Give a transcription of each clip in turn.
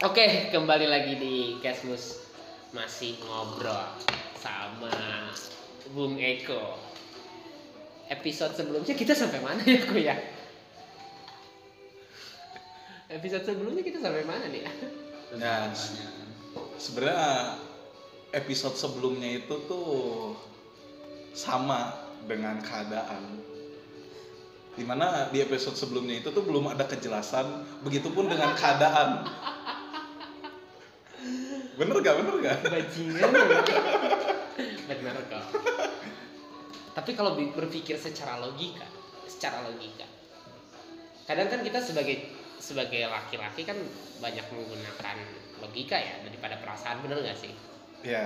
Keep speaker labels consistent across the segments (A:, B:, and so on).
A: Oke, kembali lagi di Kesmus, masih ngobrol sama Bung Eko. Episode sebelumnya kita sampai mana ya, Ko ya? Episode sebelumnya kita sampai mana nih?
B: Ya, sebenarnya episode sebelumnya itu tuh sama dengan keadaan. Dimana di episode sebelumnya itu tuh belum ada kejelasan, begitupun dengan keadaan. Bener gak?
A: Bajingan. Benar kok. Tapi kalau berpikir secara logika, kadang kan kita sebagai laki-laki kan banyak menggunakan logika ya daripada perasaan, bener nggak sih?
B: Ya,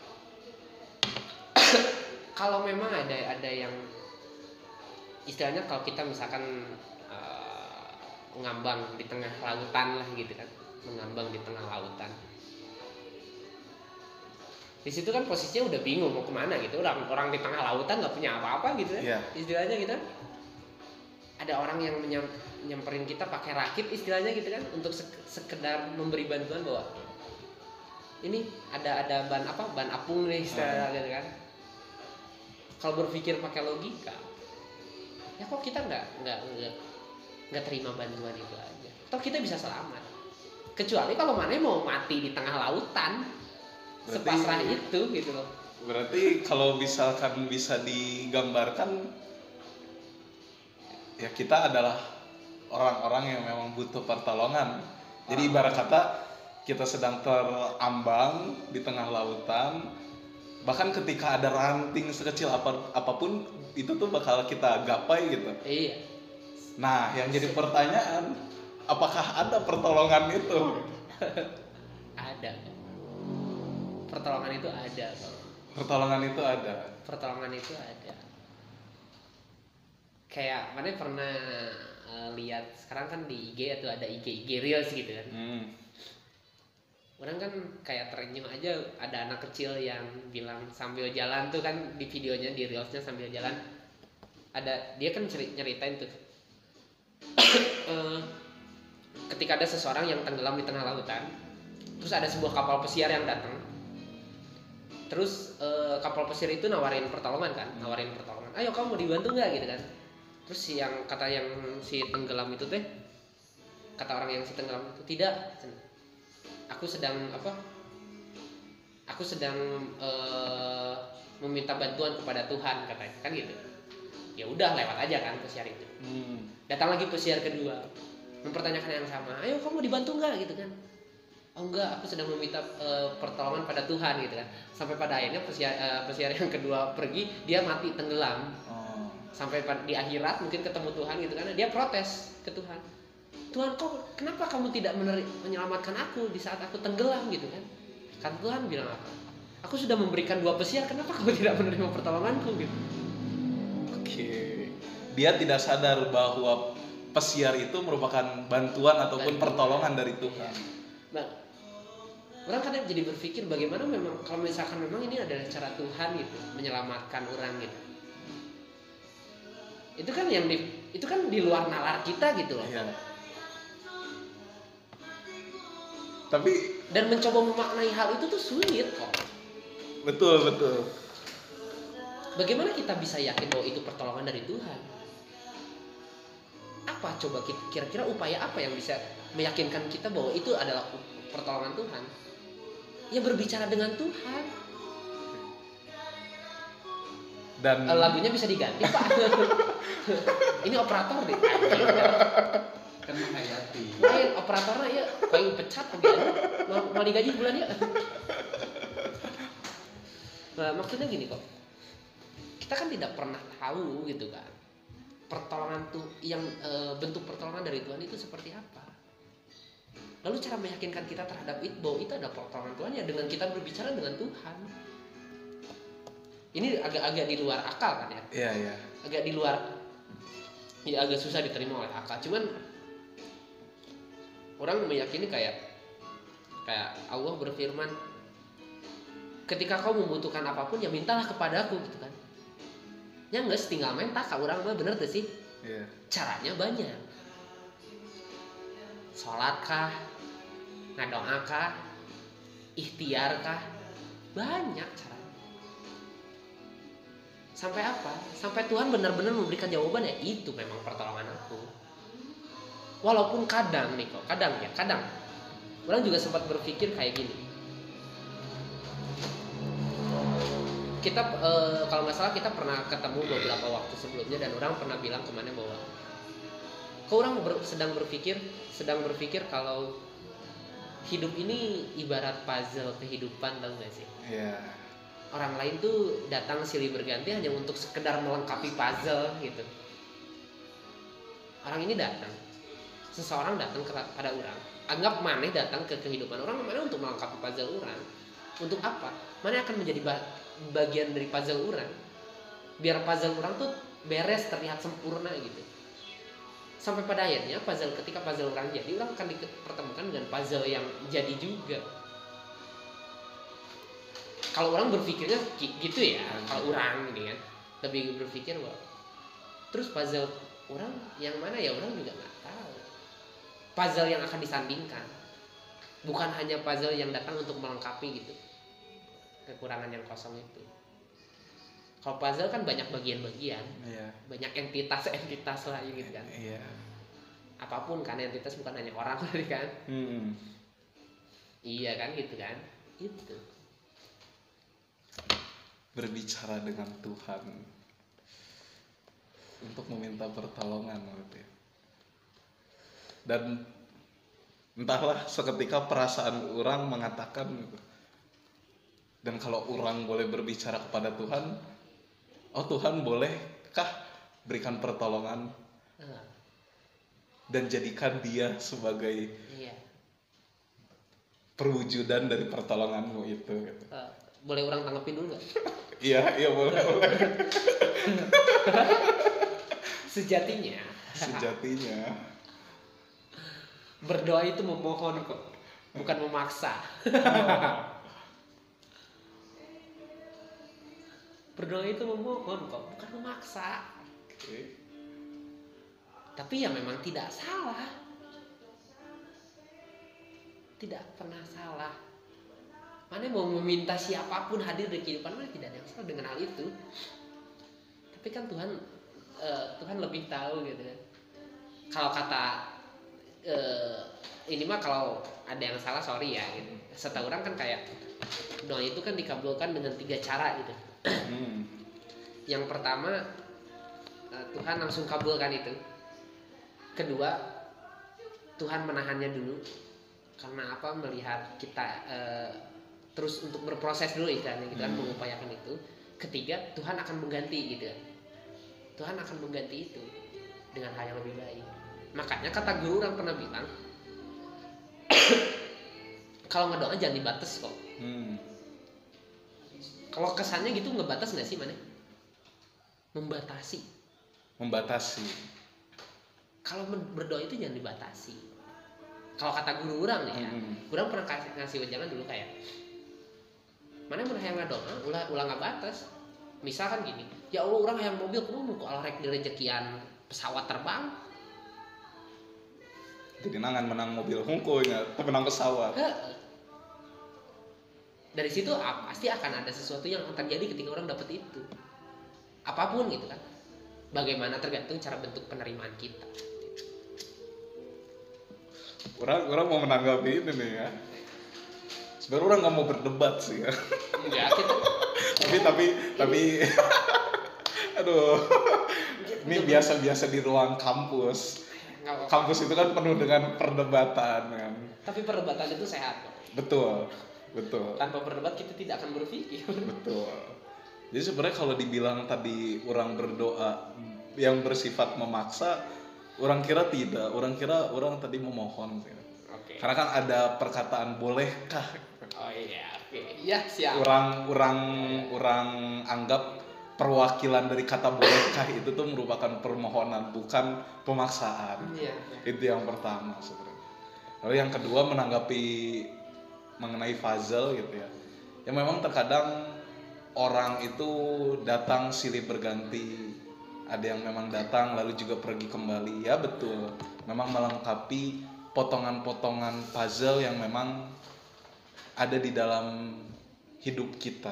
A: Kalau memang ada yang istilahnya, kalau kita misalkan ngambang di tengah lautan lah gitu kan, mengambang di tengah lautan. Di situ kan posisinya udah bingung mau kemana gitu, orang di tengah lautan nggak punya apa-apa gitu ya.
B: Yeah.
A: Istilahnya gitu. Ada orang yang nyamperin kita pakai rakit istilahnya gitu kan, untuk sekedar memberi bantuan bahwa ini ada ban apung nih istilahnya gitu kan. Kalau berpikir pakai logika, ya kok kita nggak terima bantuan itu aja? Toh kita bisa selamat. Kecuali kalau mana mau mati di tengah lautan, sepasrah itu gitu loh.
B: berarti kalau misalkan bisa digambarkan, ya kita adalah orang-orang yang memang butuh pertolongan. Jadi ibarat kata kita sedang terambang di tengah lautan, bahkan ketika ada ranting sekecil apapun itu tuh bakal kita gapai gitu.
A: Iya.
B: Nah, yang jadi pertanyaan, apakah ada pertolongan itu?
A: Ada. Pertolongan itu ada, Bang. Pertolongan itu ada. Kayak mana pernah lihat sekarang kan di IG atau ada IG Reels gitu kan. Orang kan kayak terenyuh aja, ada anak kecil yang bilang sambil jalan tuh kan, di videonya di Reelsnya sambil jalan. Dia kan nyeritain tuh. Ketika ada seseorang yang tenggelam di tengah lautan, terus ada sebuah kapal pesiar yang datang. Terus kapal pesiar itu nawarin pertolongan. Ayo kamu mau dibantu nggak gitu kan? Terus si tenggelam itu teh, kata orang yang si tenggelam itu, tidak. Aku sedang meminta bantuan kepada Tuhan, katanya kan gitu. Ya udah, lewat aja kan pesiar itu. Datang lagi pesiar kedua, mempertanyakan yang sama. Ayo kamu dibantu nggak gitu kan? Oh enggak, aku sedang meminta pertolongan pada Tuhan gitu kan. Sampai pada akhirnya pesiar yang kedua pergi, dia mati tenggelam. Sampai di akhirat mungkin ketemu Tuhan gitu kan, dia protes ke Tuhan. Tuhan, kenapa kamu tidak menyelamatkan aku di saat aku tenggelam gitu kan? Kan Tuhan bilang apa? Aku sudah memberikan 2 pesiar, kenapa kamu tidak menerima pertolonganku gitu?
B: Oke. Dia tidak sadar bahwa pesiar itu merupakan bantuan ataupun pertolongan dari Tuhan.
A: Nah, orang kadang jadi berpikir bagaimana memang kalau misalkan memang ini adalah cara Tuhan gitu menyelamatkan orang gitu. Itu kan di luar nalar kita gitu loh.
B: Iya. Tapi
A: dan mencoba memaknai hal itu tuh sulit kok.
B: Betul.
A: Bagaimana kita bisa yakin bahwa itu pertolongan dari Tuhan? Apa coba kira-kira upaya apa yang bisa meyakinkan kita bahwa itu adalah pertolongan Tuhan? Ya berbicara dengan Tuhan.
B: Dan
A: lagunya bisa diganti, Pak. Ini operator deh.
C: Kan menghayati.
A: Lain operatornya ya paling pecat mau digaji bulan ya. Nah, maksudnya gini kok. Kita kan tidak pernah tahu gitu kan. Pertolongan tuh yang bentuk pertolongan dari Tuhan itu seperti apa. Lalu cara meyakinkan kita terhadap itu bahwa itu ada pertolongan Tuhan ya dengan kita berbicara dengan Tuhan. Ini agak di luar akal kan ya?
B: Iya.
A: Agak di luar, ya agak susah diterima oleh akal. Cuman orang meyakini kayak Allah berfirman, ketika kau membutuhkan apapun ya mintalah kepadaku gitu kan. Ya nggak tinggal minta ke orang mah, bener tuh sih.
B: Iya.
A: Caranya banyak. Sholat kah? ngadoa kah, ikhtiar kah, banyak caranya. Sampai apa? Sampai Tuhan benar-benar memberikan jawaban, ya itu memang pertolongan aku. Walaupun kadang nih kok, kadang orang juga sempat berpikir kayak gini. Kita kalau nggak salah kita pernah ketemu beberapa waktu sebelumnya, dan orang pernah bilang kemana bahwa orang sedang berpikir kalau hidup ini ibarat puzzle kehidupan, tahu nggak sih?
B: Iya.
A: Orang lain tuh datang silih berganti hanya untuk sekedar melengkapi puzzle gitu. Orang ini datang, seseorang datang kepada orang, anggap maneh datang ke kehidupan orang, maneh untuk melengkapi puzzle orang. Untuk apa? Maneh akan menjadi bagian dari puzzle orang, biar puzzle orang tuh beres, terlihat sempurna gitu. Sampai pada akhirnya ketika puzzle orang jadi, orang akan dipertemukan dengan puzzle yang jadi juga. Kalau orang berpikirnya gitu ya, kalau orang ini kan lebih berpikir bahwa terus puzzle orang yang mana ya, orang juga nggak tahu. Puzzle yang akan disandingkan, bukan hanya puzzle yang datang untuk melengkapi gitu kekurangan yang kosong itu. Kalau puzzle kan banyak bagian-bagian, banyak entitas lah gitu kan. Apapun kan, entitas bukan hanya orang kan. Iya kan gitu kan. Itu
B: berbicara dengan Tuhan untuk meminta pertolongan gitu ya. Dan entahlah, seketika perasaan orang mengatakan gitu. Dan kalau orang boleh berbicara kepada Tuhan, oh Tuhan, bolehkah berikan pertolongan dan jadikan dia sebagai perwujudan dari pertolonganmu itu gitu.
A: Boleh orang tanggapin dulu nggak?
B: Iya boleh.
A: Sejatinya berdoa itu memohon kok, bukan memaksa. Berdoa itu memohon kok, bukan memaksa. Tapi ya memang tidak salah, tidak pernah salah. Mana mau meminta siapapun hadir di kehidupan mana, tidak ada yang salah dengan hal itu. Tapi kan Tuhan lebih tahu gitu kan. Kalau kata ini mah kalau ada yang salah sorry ya gitu. Setahu orang kan kayak doa itu kan dikabulkan dengan 3 cara gitu. Yang pertama, Tuhan langsung kabulkan itu. Kedua, Tuhan menahannya dulu. Karena apa? Melihat kita terus untuk berproses dulu kan, gitu kan, mengupayakan itu. Ketiga, Tuhan akan mengganti gitu kan. Tuhan akan mengganti itu dengan hal yang lebih baik. Makanya kata guru orang pernah bilang, kalau ngedoa jangan dibatas kok. Kalau kesannya gitu ngebatas nggak sih mana? Membatasi. Kalau berdoa itu jangan dibatasi. Kalau kata guru orang nih ya, orang pernah ngasih wejangan dulu kayak, mana yang ngadoa, ulah nggak batas. Misalkan gini, ya Allah orang yang mobil, kamu mau kalau rek direjekian pesawat terbang.
B: Jadi nangan menang mobil hungkunya, menang pesawat.
A: Dari situ pasti akan ada sesuatu yang akan terjadi ketika orang dapat itu. Apapun gitu kan. Bagaimana tergantung cara bentuk penerimaan kita.
B: Orang mau menanggapi ini nih ya. Sebenarnya orang nggak mau berdebat sih ya.
A: Enggak, kita.
B: tapi aduh. Ini biasa-biasa di ruang kampus. Kampus itu kan penuh dengan perdebatan kan.
A: Tapi perdebatan itu sehat kok.
B: Betul.
A: Tanpa berdebat kita tidak akan berpikir.
B: Betul. Jadi sebenarnya kalau dibilang tadi orang berdoa yang bersifat memaksa, orang kira tidak. Orang kira orang tadi memohon.
A: Okay.
B: Karena kan ada perkataan bolehkah.
A: Oh iya, oke. Ya siap.
B: Orang anggap perwakilan dari kata bolehkah itu tuh merupakan permohonan, bukan pemaksaan.
A: Iya.
B: Itu yang pertama sebenarnya. Lalu yang kedua menanggapi mengenai puzzle gitu ya. Ya memang terkadang orang itu datang silih berganti. Ada yang memang datang lalu juga pergi kembali. Ya betul. Memang melengkapi potongan-potongan puzzle yang memang ada di dalam hidup kita.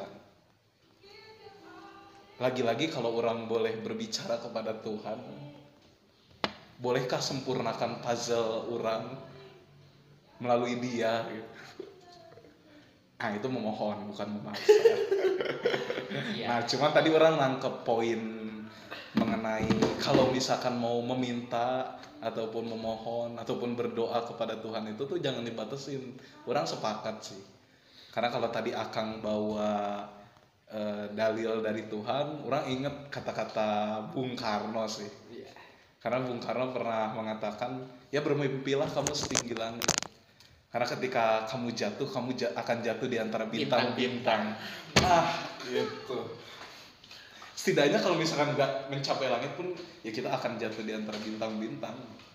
B: Lagi-lagi kalau orang boleh berbicara kepada Tuhan, bolehkah sempurnakan puzzle orang melalui Dia gitu. Nah itu memohon bukan memaksa. Nah cuman tadi orang nangkep poin mengenai kalau misalkan mau meminta ataupun memohon ataupun berdoa kepada Tuhan itu tuh jangan dibatasin. Orang sepakat sih. Karena kalau tadi Akang bawa dalil dari Tuhan, orang inget kata-kata Bung Karno sih. Karena Bung Karno pernah mengatakan, ya bermimpilah kamu setinggi langit. Karena ketika kamu jatuh, akan jatuh di antara bintang-bintang. Ah, gitu. Setidaknya kalau misalkan nggak mencapai langit pun, ya kita akan jatuh di antara bintang-bintang.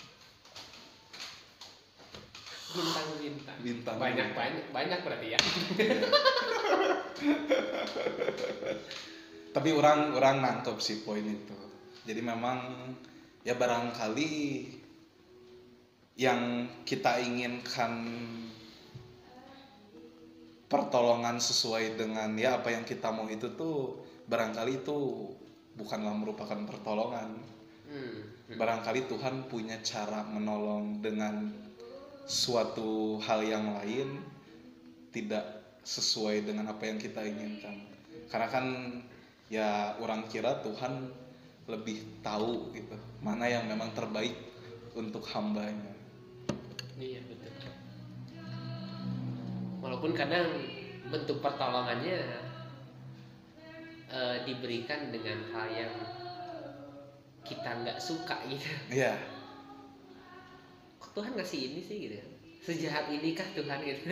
B: Bintang.
A: Banyak berarti ya.
B: Tapi orang nangkep sih poin itu. Jadi memang ya barangkali yang kita inginkan pertolongan sesuai dengan ya apa yang kita mau itu tuh barangkali itu bukanlah merupakan pertolongan. Barangkali Tuhan punya cara menolong dengan suatu hal yang lain tidak sesuai dengan apa yang kita inginkan. Karena kan ya orang kira Tuhan lebih tahu gitu mana yang memang terbaik untuk hambanya.
A: Iya betul. Walaupun kadang bentuk pertolongannya diberikan dengan hal yang kita nggak suka gitu.
B: Iya.
A: Kok Tuhan ngasih ini sih gitu? Sejahat inikah Tuhan gitu?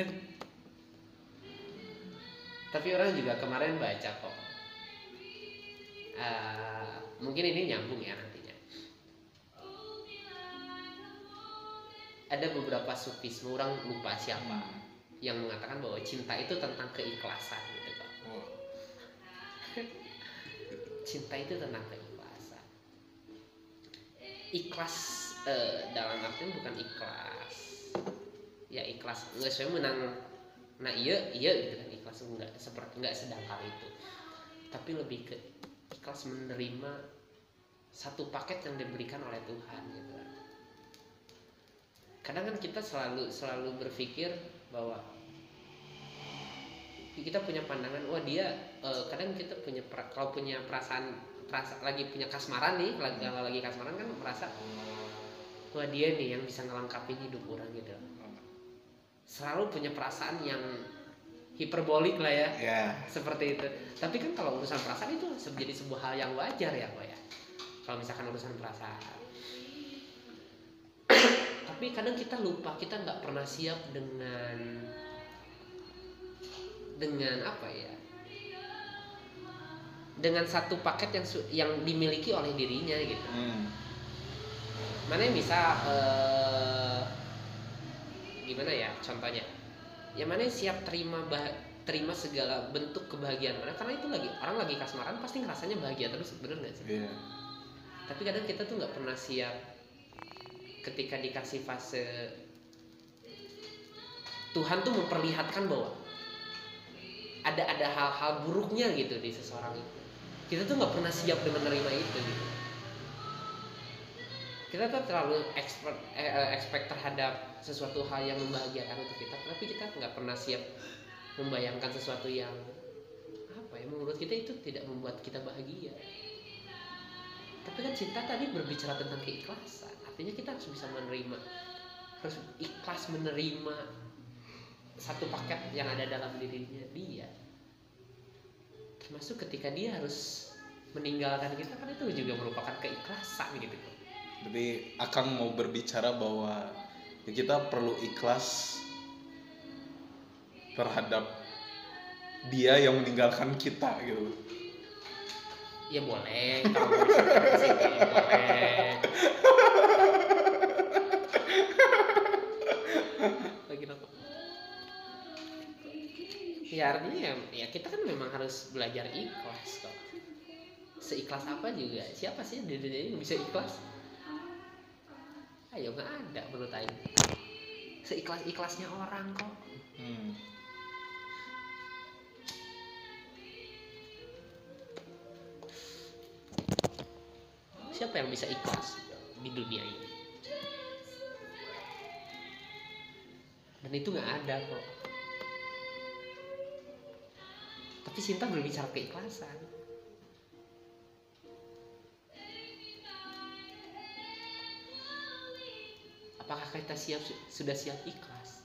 A: Tapi orang juga kemarin baca kok. Mungkin ini nyambung ya nantinya. Ada beberapa sufisme, orang lupa siapa, yang mengatakan bahwa cinta itu tentang keikhlasan gitu kok. Cinta itu tentang keikhlasan. Ikhlas dalam artian bukan ikhlas. Ya ikhlas nggak saya menang. Nah iya gitu kan, ikhlas enggak sedang hal itu. Tapi lebih ke ikhlas menerima satu paket yang diberikan oleh Tuhan gitu. Kadang kan kita selalu berpikir bahwa kita punya pandangan, wah dia kadang kita kalau punya perasaan lagi punya kasmaran nih, lagi kasmaran kan merasa wah dia nih yang bisa ngelengkapin hidup orang gitu. Selalu punya perasaan yang hiperbolik lah ya, seperti itu. Tapi kan kalau urusan perasaan itu menjadi sebuah hal yang wajar ya Pak ya. Kalau misalkan urusan perasaan. Tapi kadang kita lupa, kita nggak pernah siap dengan apa ya? Dengan satu paket yang dimiliki oleh dirinya gitu. Mana yang bisa gimana ya contohnya? Yang mana siap terima segala bentuk kebahagiaan mana? Karena itu orang lagi kasmaran pasti ngerasanya bahagia terus, bener nggak sih? Yeah. Tapi kadang kita tuh nggak pernah siap ketika dikasih fase Tuhan tuh memperlihatkan bahwa ada hal-hal buruknya gitu di seseorang itu. Kita tuh nggak pernah siap dengan menerima itu gitu. Kita tuh terlalu expect terhadap sesuatu hal yang membahagiakan untuk kita, tapi kita nggak pernah siap membayangkan sesuatu yang apa ya menurut kita itu tidak membuat kita bahagia. Tapi kan cinta tadi berbicara tentang keikhlasan, artinya kita harus bisa menerima, harus ikhlas menerima satu paket yang ada dalam dirinya dia. Termasuk ketika dia harus meninggalkan kita, kan itu juga merupakan keikhlasan gitu.
B: Jadi Akang mau berbicara bahwa ya kita perlu ikhlas terhadap dia yang meninggalkan kita gitu.
A: Ya boleh, kalau misalkan sih ya boleh. Ya artinya ya kita kan memang harus belajar ikhlas kok. Seikhlas apa juga, siapa sih di dunia ini bisa ikhlas? Ayo nggak ada menurut Aing. seikhlas-ikhlasnya orang kok. Siapa yang bisa ikhlas di dunia ini? Dan itu nggak ada kok. Tapi Sinta berbicara keikhlasan. Apakah kita sudah siap ikhlas?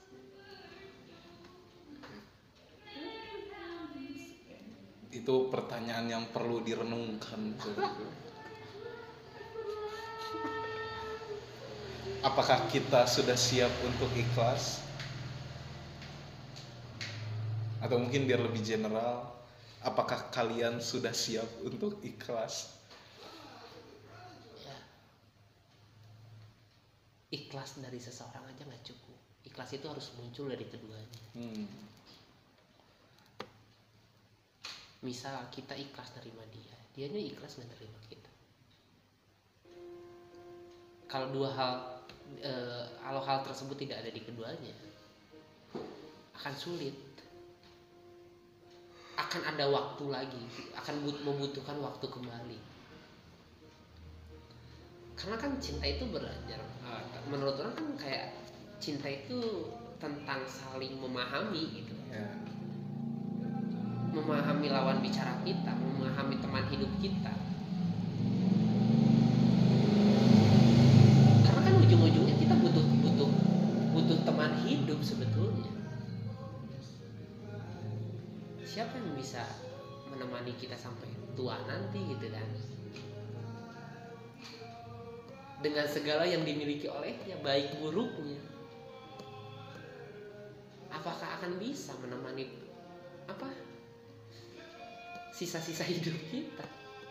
B: Itu pertanyaan yang perlu direnungkan. Apakah kita sudah siap untuk ikhlas? Atau mungkin biar lebih general, apakah kalian sudah siap untuk ikhlas?
A: Ya. Ikhlas dari seseorang aja nggak cukup. Ikhlas itu harus muncul dari keduanya. Misal kita ikhlas nerima dia, dianya ikhlas menerima kita. Kalau kalau hal tersebut tidak ada di keduanya, akan sulit. Akan ada waktu lagi, akan membutuhkan waktu kembali. Karena kan cinta itu beranjak, menurut orang kan kayak cinta itu tentang saling memahami gitu. Memahami lawan bicara kita, memahami teman hidup kita. Karena kan ujung-ujungnya kita butuh teman hidup sebetulnya. Siapa yang bisa menemani kita sampai tua nanti gitu kan? Dengan segala yang dimiliki olehnya, baik buruknya. Apakah akan bisa menemani sisa-sisa hidup kita?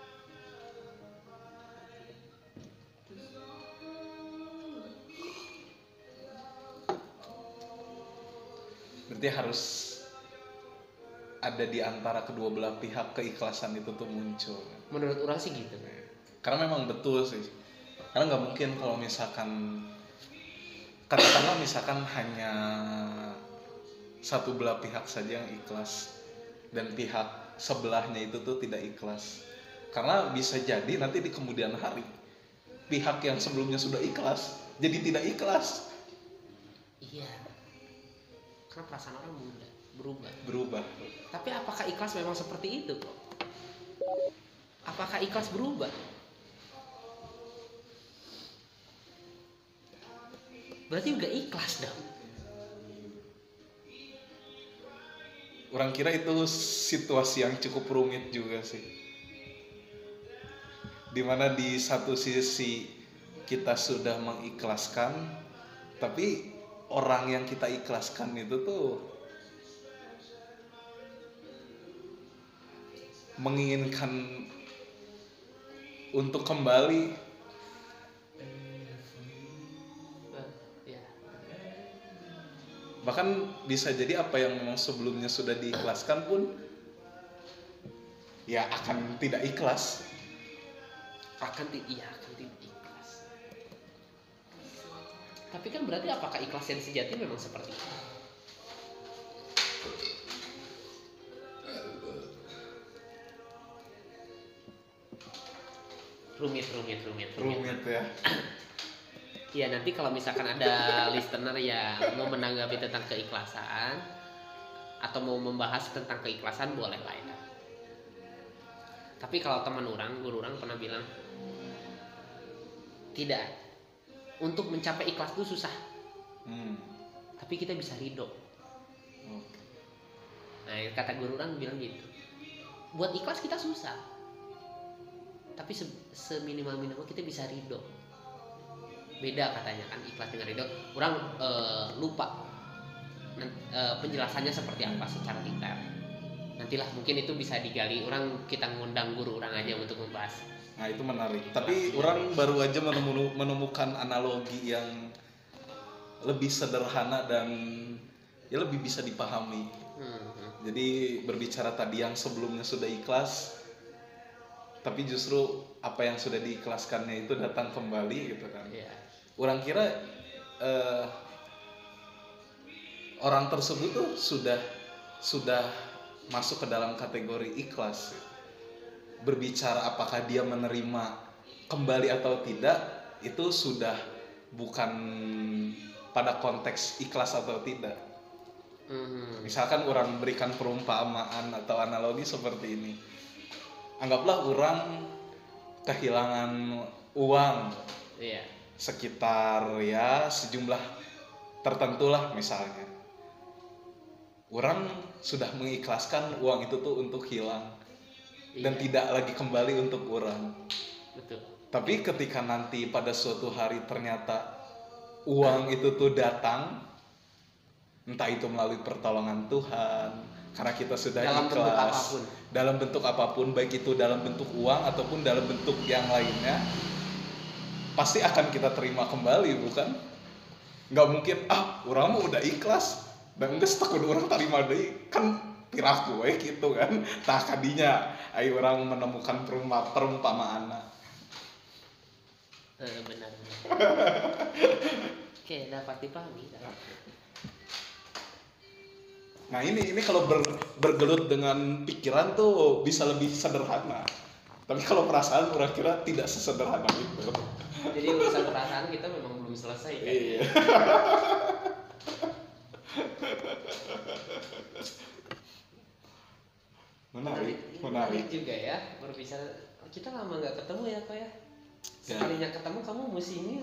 B: Berarti harus ada di antara kedua belah pihak keikhlasan itu tuh muncul.
A: Menurut orang sih gitu.
B: Karena memang betul sih. Karena nggak mungkin kalau misalkan katakanlah misalkan hanya satu belah pihak saja yang ikhlas dan pihak sebelahnya itu tuh tidak ikhlas. Karena bisa jadi nanti di kemudian hari pihak yang sebelumnya sudah ikhlas jadi tidak ikhlas.
A: Iya. Karena perasaan orang mudah
B: Berubah.
A: Tapi apakah ikhlas memang seperti itu kok? Apakah ikhlas berubah? Berarti udah ikhlas dong.
B: Orang kira itu situasi yang cukup rumit juga sih. Dimana di satu sisi kita sudah mengikhlaskan, tapi orang yang kita ikhlaskan itu tuh menginginkan untuk kembali. Bahkan bisa jadi apa yang memang sebelumnya sudah diikhlaskan pun ya akan tidak ikhlas.
A: Akan tidak ikhlas. Tapi kan berarti apakah ikhlas yang sejati memang seperti itu? Rumit
B: Ya.
A: Ya nanti kalau misalkan ada listener yang mau menanggapi tentang keikhlasan atau mau membahas tentang keikhlasan boleh lah ya. Tapi kalau teman orang, guru orang pernah bilang tidak, untuk mencapai ikhlas itu susah. Tapi kita bisa ridho. Nah kata guru orang bilang gitu. Buat ikhlas kita susah. Tapi seminimal-minimal kita bisa ridho. Beda katanya kan ikhlas dengan ridho. Orang lupa penjelasannya seperti apa secara detail. Nantilah mungkin itu bisa digali. Kita ngundang guru orang aja untuk membahas.
B: Nah itu menarik. Tapi orang baru aja menemukan analogi yang lebih sederhana dan ya lebih bisa dipahami. Jadi berbicara tadi yang sebelumnya sudah ikhlas, tapi justru apa yang sudah diikhlaskannya itu datang kembali gitu kan.
A: Yeah.
B: Orang kira orang tersebut tuh sudah masuk ke dalam kategori ikhlas. Berbicara apakah dia menerima kembali atau tidak, itu sudah bukan pada konteks ikhlas atau tidak. Misalkan orang berikan perumpamaan atau analogi seperti ini. Anggaplah orang kehilangan uang sekitar ya sejumlah tertentu lah misalnya. Orang sudah mengikhlaskan uang itu tuh untuk hilang dan tidak lagi kembali untuk orang.
A: Betul.
B: Tapi ketika nanti pada suatu hari ternyata uang itu tuh datang, entah itu melalui pertolongan Tuhan, karena kita sudah
A: dalam
B: ikhlas dalam bentuk apapun, baik itu dalam bentuk uang ataupun dalam bentuk yang lainnya, pasti akan kita terima kembali, bukan? Nggak mungkin orang mah udah ikhlas dan nggak setakun orang terima deh, kan piraku gitu kan. Tah kadinya ayo orang menemukan perumpamaan.
A: Benar. Oke, dapat dipahami.
B: Nah ini kalau bergelut dengan pikiran tuh bisa lebih sederhana. Tapi kalau perasaan orang kira tidak sesederhana itu.
A: Jadi urusan perasaan kita memang belum selesai kan?
B: Iya. Menarik
A: juga ya berbicara. Kita lama nggak ketemu ya kok ya. Sekalinya ketemu kamu musingin.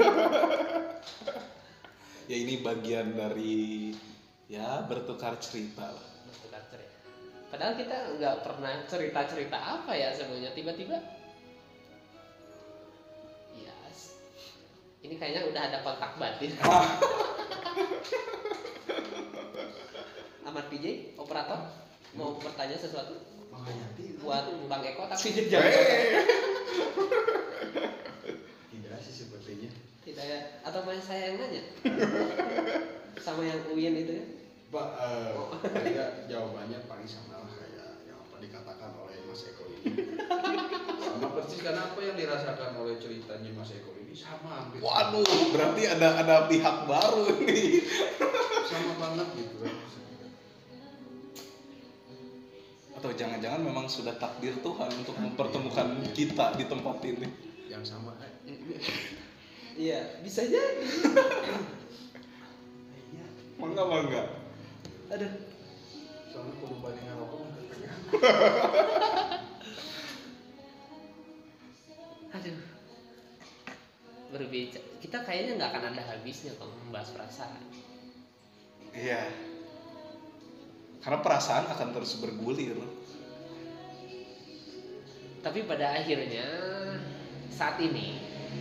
B: Ya ini bagian dari ya bertukar cerita lah.
A: Bertukar cerita. Padahal kita nggak pernah cerita apa ya sebenarnya, tiba-tiba. Yes. Ini kayaknya udah ada kontak batin. Ahmad PJ, operator, mau bertanya sesuatu? Buat Bang Eko tapi jangan.
C: Tidak sih sepertinya.
A: Tidak ya, atau mau saya yang nanya? Sama yang Uin itu ya?
C: Pak, kayaknya jawabannya paling sama lah kayak yang apa dikatakan oleh Mas Eko ini. Sama persis karena apa yang dirasakan oleh ceritanya Mas Eko ini sama hampir.
B: Waduh, berarti ada pihak baru nih.
C: Sama banget gitu kan.
B: Atau jangan-jangan memang sudah takdir Tuhan untuk mempertemukan kita di tempat ini.
C: Yang sama.
A: Iya, bisa jadi.
B: Mangga.
A: Aduh.
C: Soalnya kalau banyak ngerokok nggak pengen.
A: Aduh. Berbicara, kita kayaknya nggak akan ada habisnya kalau membahas perasaan.
B: Iya. Karena perasaan akan terus bergulir.
A: Tapi pada akhirnya saat ini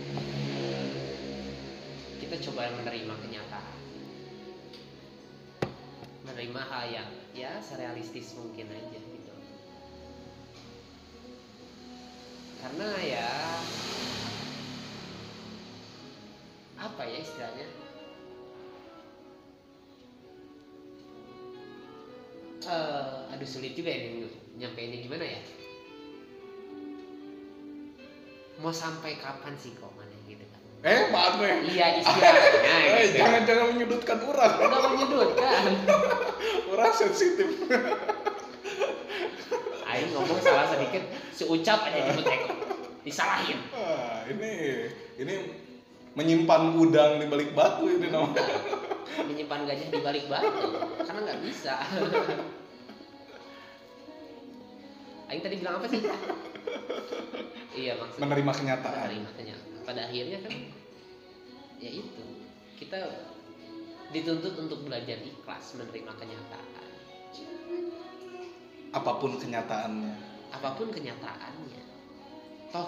A: kita coba menerima kenyataan. Menerima hal yang ya serealistis mungkin aja gitu. Karena ya apa ya istilahnya? Aduh sulit juga ini nyampeinnya gimana ya? Mau sampai kapan sih kok mana gitu kan?
B: Mana?
A: Iya istilahnya gitu.
B: Jangan menyudutkan orang.
A: Udah menyudutkan.
B: Orang sensitif.
A: Ayo ngomong salah sedikit, seucap aja jemput Eko. Disalahin.
B: Ini menyimpan udang di balik batu ini namanya.
A: Menyimpan gajah di balik batu karena nggak bisa. Aing tadi bilang apa sih? Iya maksudnya
B: Menerima kenyataan.
A: menerima kenyataan. Pada akhirnya kan ya itu kita dituntut untuk belajar ikhlas menerima kenyataan.
B: Apapun kenyataannya.
A: Toh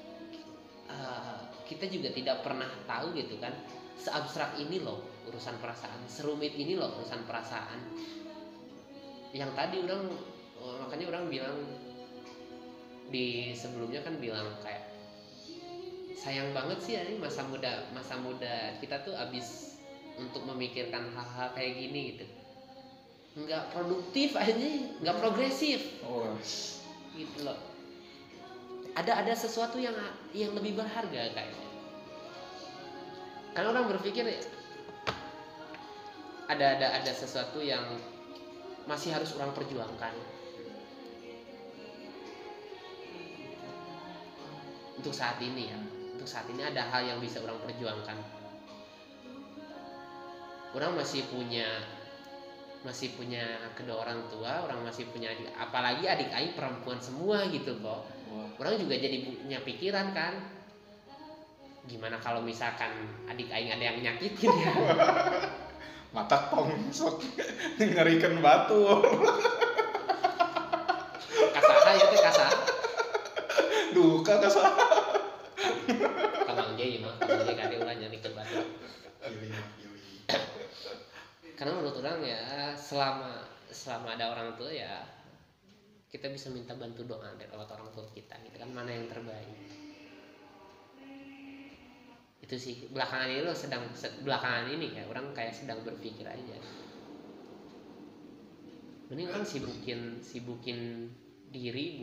A: kita juga tidak pernah tahu gitu kan, seabstrak ini loh urusan perasaan, serumit ini loh urusan perasaan. Yang tadi makanya orang bilang di sebelumnya kan bilang kayak sayang banget sih ini masa muda kita tuh abis untuk memikirkan hal-hal kayak gini gitu, nggak produktif aja, nggak progresif gitu loh. Ada sesuatu yang lebih berharga kayaknya. Karena orang berpikir ada sesuatu yang masih harus orang perjuangkan. Untuk saat ini ada hal yang bisa orang perjuangkan. Orang masih punya kedua orang tua, orang masih punya adik, apalagi adik aing perempuan semua gitu kok. Orang juga jadi punya pikiran kan, gimana kalau misalkan adik aing ada yang nyakitin ya.
B: Mata tong sok ngerikan batu.
A: Kasaha ya teh kasah.
B: Duka kasar.
A: Kamang jadi mah, kamang jadi kade ulah nyarikeun batu. Karena menurut orang ya selama ada orang tua ya kita bisa minta bantu doa dari orang tua kita gitu kan, mana yang terbaik. Itu sih belakangan ini ya orang kayak sedang berpikir aja. Mending orang sibukin diri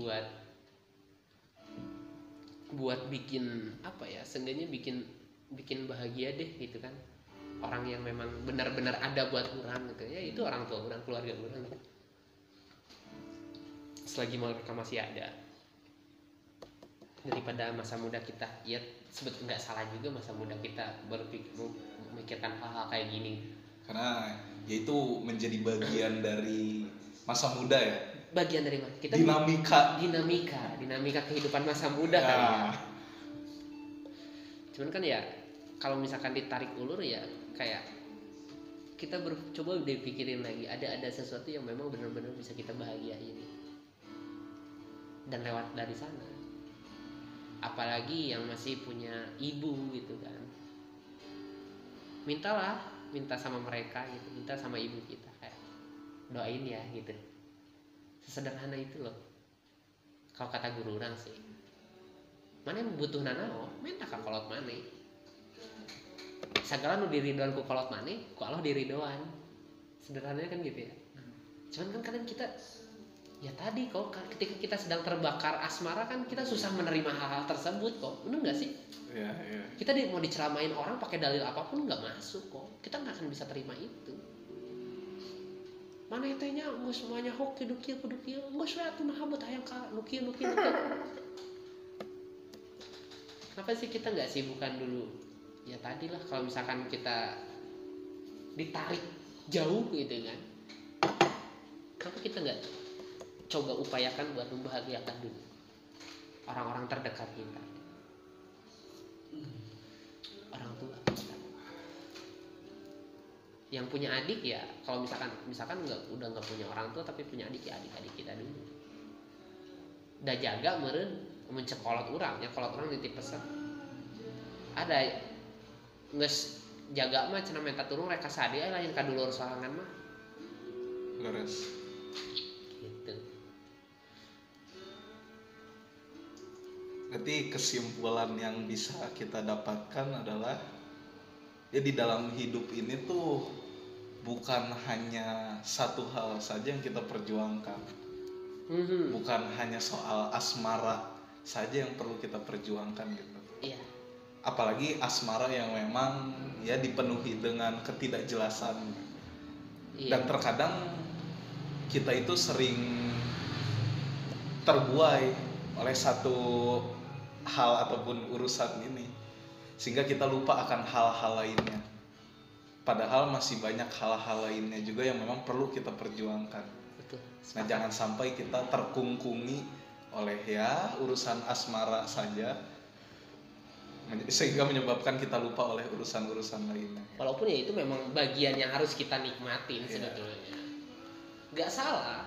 A: buat bikin apa ya, seenggaknya bikin bahagia deh gitu kan. Orang yang memang benar-benar ada buat orang gitu ya, itu orang tua orang, keluarga orang gitu. Selagi mereka masih ada, daripada masa muda kita ya sebetulnya nggak salah juga masa muda kita memikirkan hal-hal kayak gini,
B: karena ya itu menjadi bagian dari masa muda ya,
A: bagian dari kita dinamika kehidupan masa muda
B: ya.
A: Kan ya. Cuman kan ya kalau misalkan ditarik ulur ya kayak kita coba dipikirin lagi, ada sesuatu yang memang benar-benar bisa kita bahagiain dan lewat dari sana. Apalagi yang masih punya ibu gitu kan, minta sama mereka gitu, minta sama ibu kita kayak doain ya gitu. Sesederhana itu loh kalau kata guru orang sih. Mana yang butuh nanaon minta ka kolot maneh, segala nu diridoan ku kolot maneh ku Allah diridoan. Sederhananya kan gitu ya. Cuman kan kadang kita ya tadi kok ketika kita sedang terbakar asmara kan kita susah menerima hal-hal tersebut kok, bener nggak sih?
B: Ya.
A: Kita mau diceramain orang pakai dalil apapun nggak masuk kok, kita nggak akan bisa terima itu. Mana etenya nggak semuanya hok kudu kieu nggak sesuai tuh mah buat hayang ka nu kieu. Kenapa sih kita nggak sibukan dulu? Ya tadi lah kalau misalkan kita ditarik jauh gitu kan, kenapa kita nggak coba upayakan buat membahagiakan dulu orang-orang terdekat kita, orang tua kita. Yang punya adik ya kalau misalkan udah nggak punya orang tua tapi punya adik ya adik-adik kita dulu. Udah jaga meureun mencekolot urang, nya kolot urang nitip pesan. Ada geus jaga mah cenah menta turun rek ka sadi lain ka dulur sorangan mah.
B: Leres.
A: Gitu.
B: Berarti kesimpulan yang bisa kita dapatkan adalah ya di dalam hidup ini tuh bukan hanya satu hal saja yang kita perjuangkan. Bukan hanya soal asmara saja yang perlu kita perjuangkan gitu.
A: Iya.
B: Apalagi asmara yang memang ya dipenuhi dengan ketidakjelasan. Iya. Dan terkadang kita itu sering terbuai oleh satu hal ataupun urusan ini sehingga kita lupa akan hal-hal lainnya. Padahal masih banyak hal-hal lainnya juga yang memang perlu kita perjuangkan.
A: Betul.
B: Nah, jangan sampai kita terkungkungi oleh ya urusan asmara saja sehingga menyebabkan kita lupa oleh urusan-urusan lainnya.
A: Walaupun ya itu memang bagian yang harus kita nikmatin sebetulnya. Gak salah,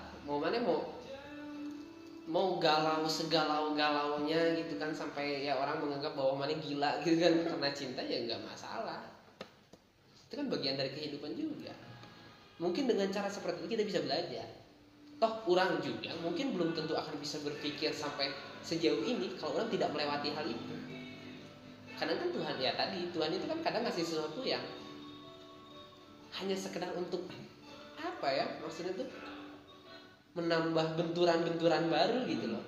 A: mau galau segalau-galaunya gitu kan sampai ya orang menganggap bahwa mana gila gitu kan karena cinta ya nggak masalah. Itu kan bagian dari kehidupan juga. Mungkin dengan cara seperti itu kita bisa belajar. Toh orang juga mungkin belum tentu akan bisa berpikir sampai sejauh ini kalau orang tidak melewati hal itu. Kadang kan Tuhan itu kan kadang ngasih sesuatu yang hanya sekedar untuk apa ya, maksudnya tuh menambah benturan-benturan baru gitu loh.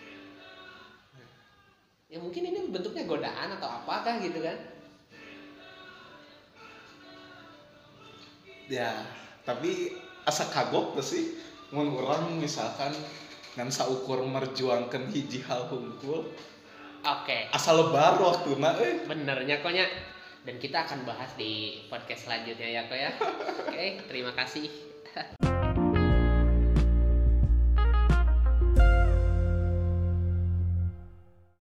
A: Ya mungkin ini bentuknya godaan atau apakah gitu kan.
B: Ya, tapi asa kagok tuh sih mun urang misalkan ngan saukur merjuangkeun hiji hal hungkul.
A: Oke.
B: Asa lebar waktuna
A: Benernya koknya. Dan kita akan bahas di podcast selanjutnya ya kok ya. Oke, terima kasih.